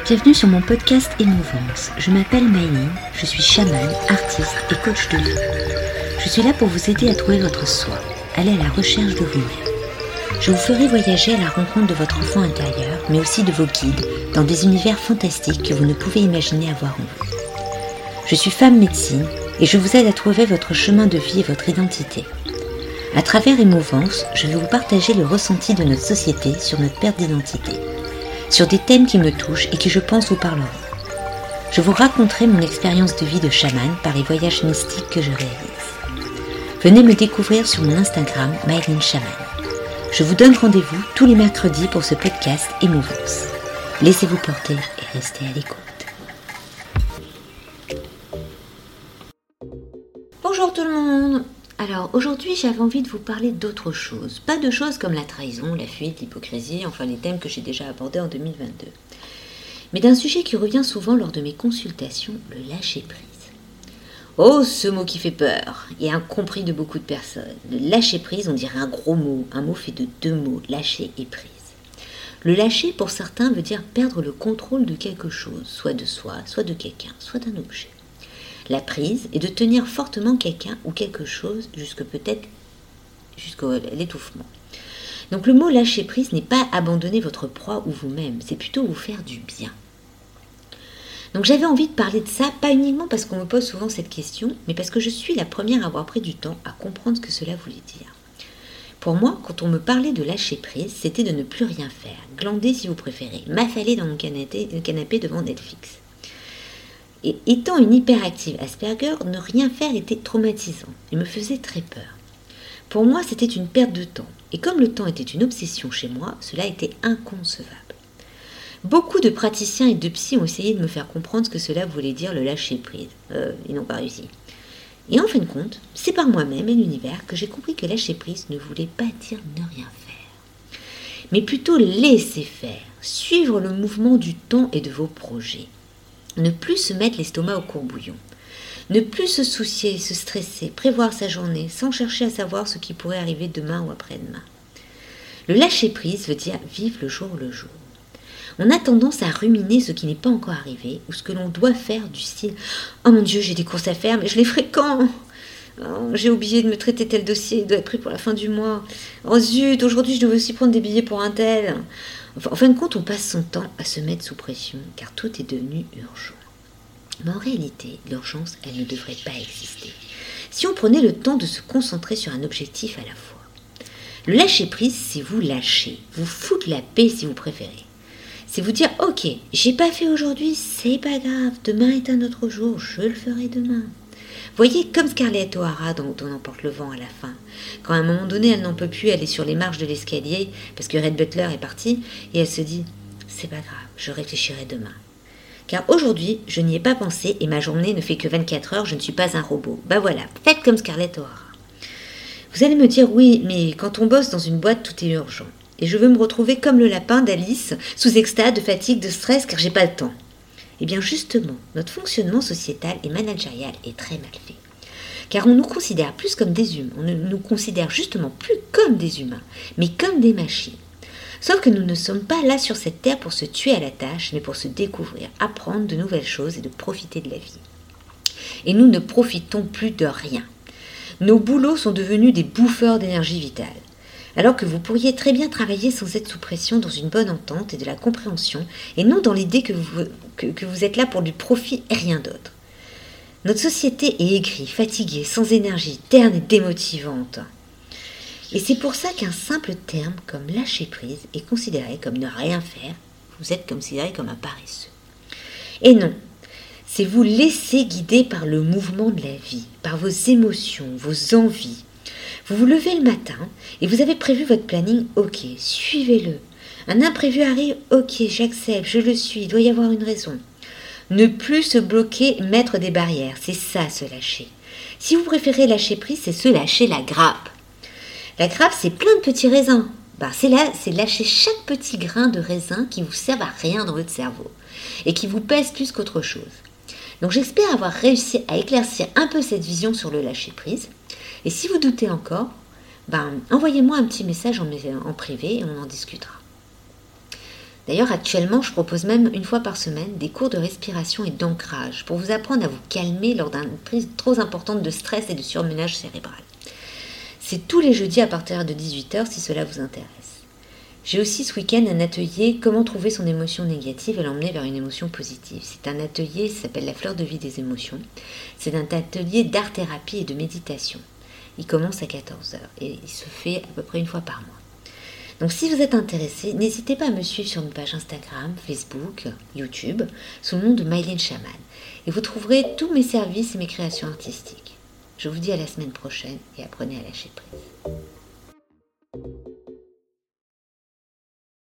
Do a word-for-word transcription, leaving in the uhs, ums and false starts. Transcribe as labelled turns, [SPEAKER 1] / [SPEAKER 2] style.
[SPEAKER 1] Bienvenue sur mon podcast Émouvance. Je m'appelle Maëline, je suis chamane, artiste et coach de vie. Je suis là pour vous aider à trouver votre soi, aller à la recherche de vous-même. Je vous ferai voyager à la rencontre de votre enfant intérieur, mais aussi de vos guides, dans des univers fantastiques que vous ne pouvez imaginer avoir en vous. Je suis femme médecine et je vous aide à trouver votre chemin de vie et votre identité. À travers Émouvance, je vais vous partager le ressenti de notre société sur notre perte d'identité, sur des thèmes qui me touchent et qui je pense vous parleront. Je vous raconterai mon expérience de vie de chamane par les voyages mystiques que je réalise. Venez me découvrir sur mon Instagram Maëline Chamane. Je vous donne rendez-vous tous les mercredis pour ce podcast Émouvance. Laissez-vous porter et restez à l'écoute. Bonjour tout le monde. Alors aujourd'hui j'avais envie de vous parler d'autre chose. Pas de choses comme la trahison, la fuite, l'hypocrisie, enfin les thèmes que j'ai déjà abordés en deux mille vingt-deux. Mais d'un sujet qui revient souvent lors de mes consultations, le lâcher-prise. Oh, ce mot qui fait peur et incompris de beaucoup de personnes. Le lâcher-prise, on dirait un gros mot, un mot fait de deux mots, lâcher et prise. Le lâcher, pour certains, veut dire perdre le contrôle de quelque chose, soit de soi, soit de quelqu'un, soit d'un objet. La prise est de tenir fortement quelqu'un ou quelque chose jusque peut-être jusqu'à l'étouffement. Donc le mot lâcher prise n'est pas abandonner votre proie ou vous-même, c'est plutôt vous faire du bien. Donc j'avais envie de parler de ça, pas uniquement parce qu'on me pose souvent cette question, mais parce que je suis la première à avoir pris du temps à comprendre ce que cela voulait dire. Pour moi, quand on me parlait de lâcher prise, c'était de ne plus rien faire, glander si vous préférez, m'affaler dans mon canapé, canapé devant Netflix. Et étant une hyperactive Asperger, ne rien faire était traumatisant et me faisait très peur. Pour moi, c'était une perte de temps. Et comme le temps était une obsession chez moi, cela était inconcevable. Beaucoup de praticiens et de psys ont essayé de me faire comprendre ce que cela voulait dire le lâcher-prise. Euh, ils n'ont pas réussi. Et en fin de compte, c'est par moi-même et l'univers que j'ai compris que lâcher-prise ne voulait pas dire ne rien faire. Mais plutôt laisser faire, suivre le mouvement du temps et de vos projets. Ne plus se mettre l'estomac au courbouillon. Ne plus se soucier, se stresser, prévoir sa journée sans chercher à savoir ce qui pourrait arriver demain ou après-demain. Le lâcher-prise veut dire vivre le jour le jour. On a tendance à ruminer ce qui n'est pas encore arrivé ou ce que l'on doit faire du style « Oh mon Dieu, j'ai des courses à faire, mais je les ferai quand ? Oh, j'ai oublié de me traiter tel dossier, il doit être pris pour la fin du mois. Oh zut, aujourd'hui je devais aussi prendre des billets pour un tel. » Enfin, en fin de compte, on passe son temps à se mettre sous pression car tout est devenu urgent. Mais en réalité, l'urgence, elle ne devrait pas exister. Si on prenait le temps de se concentrer sur un objectif à la fois. Le lâcher-prise, c'est vous lâcher, vous foutre la paix si vous préférez. C'est vous dire, ok, j'ai pas fait aujourd'hui, c'est pas grave, demain est un autre jour, je le ferai demain. Voyez comme Scarlett O'Hara dans On emporte le vent à la fin. Quand à un moment donné, elle n'en peut plus, elle est sur les marches de l'escalier parce que Red Butler est parti et elle se dit, c'est pas grave, je réfléchirai demain. Car aujourd'hui, je n'y ai pas pensé et ma journée ne fait que vingt-quatre heures, je ne suis pas un robot. Bah voilà, faites comme Scarlett O'Hara. Vous allez me dire, oui, mais quand on bosse dans une boîte, tout est urgent. Et je veux me retrouver comme le lapin d'Alice, sous extase, de fatigue, de stress, car j'ai pas le temps. Eh bien justement, notre fonctionnement sociétal et managérial est très mal fait. Car on nous considère plus comme des humains, on ne nous considère justement plus comme des humains, mais comme des machines. Sauf que nous ne sommes pas là sur cette terre pour se tuer à la tâche, mais pour se découvrir, apprendre de nouvelles choses et de profiter de la vie. Et nous ne profitons plus de rien. Nos boulots sont devenus des bouffeurs d'énergie vitale. Alors que vous pourriez très bien travailler sans être sous pression dans une bonne entente et de la compréhension, et non dans l'idée que vous, que, que vous êtes là pour du profit et rien d'autre. Notre société est aigrie, fatiguée, sans énergie, terne et démotivante. Et c'est pour ça qu'un simple terme comme lâcher prise est considéré comme ne rien faire, vous êtes considéré comme un paresseux. Et non, c'est vous laisser guider par le mouvement de la vie, par vos émotions, vos envies. Vous vous levez le matin et vous avez prévu votre planning, ok, suivez-le. Un imprévu arrive, ok, j'accepte, je le suis, il doit y avoir une raison. Ne plus se bloquer, mettre des barrières, c'est ça se lâcher. Si vous préférez lâcher prise, c'est se lâcher la grappe. La grappe, c'est plein de petits raisins. Ben, c'est, là, c'est lâcher chaque petit grain de raisin qui vous sert à rien dans votre cerveau et qui vous pèse plus qu'autre chose. Donc j'espère avoir réussi à éclaircir un peu cette vision sur le lâcher prise. Et si vous doutez encore, ben, envoyez-moi un petit message en, en privé et on en discutera. D'ailleurs, actuellement, je propose même une fois par semaine des cours de respiration et d'ancrage pour vous apprendre à vous calmer lors d'une prise trop importante de stress et de surmenage cérébral. C'est tous les jeudis à partir de dix-huit heures si cela vous intéresse. J'ai aussi ce week-end un atelier « Comment trouver son émotion négative et l'emmener vers une émotion positive ». C'est un atelier qui s'appelle « La fleur de vie des émotions ». C'est un atelier d'art-thérapie et de méditation. Il commence à quatorze heures et il se fait à peu près une fois par mois. Donc si vous êtes intéressé, n'hésitez pas à me suivre sur une page Instagram, Facebook, YouTube, sous le nom de Mylène Chaman. Et vous trouverez tous mes services et mes créations artistiques. Je vous dis à la semaine prochaine et apprenez à lâcher prise.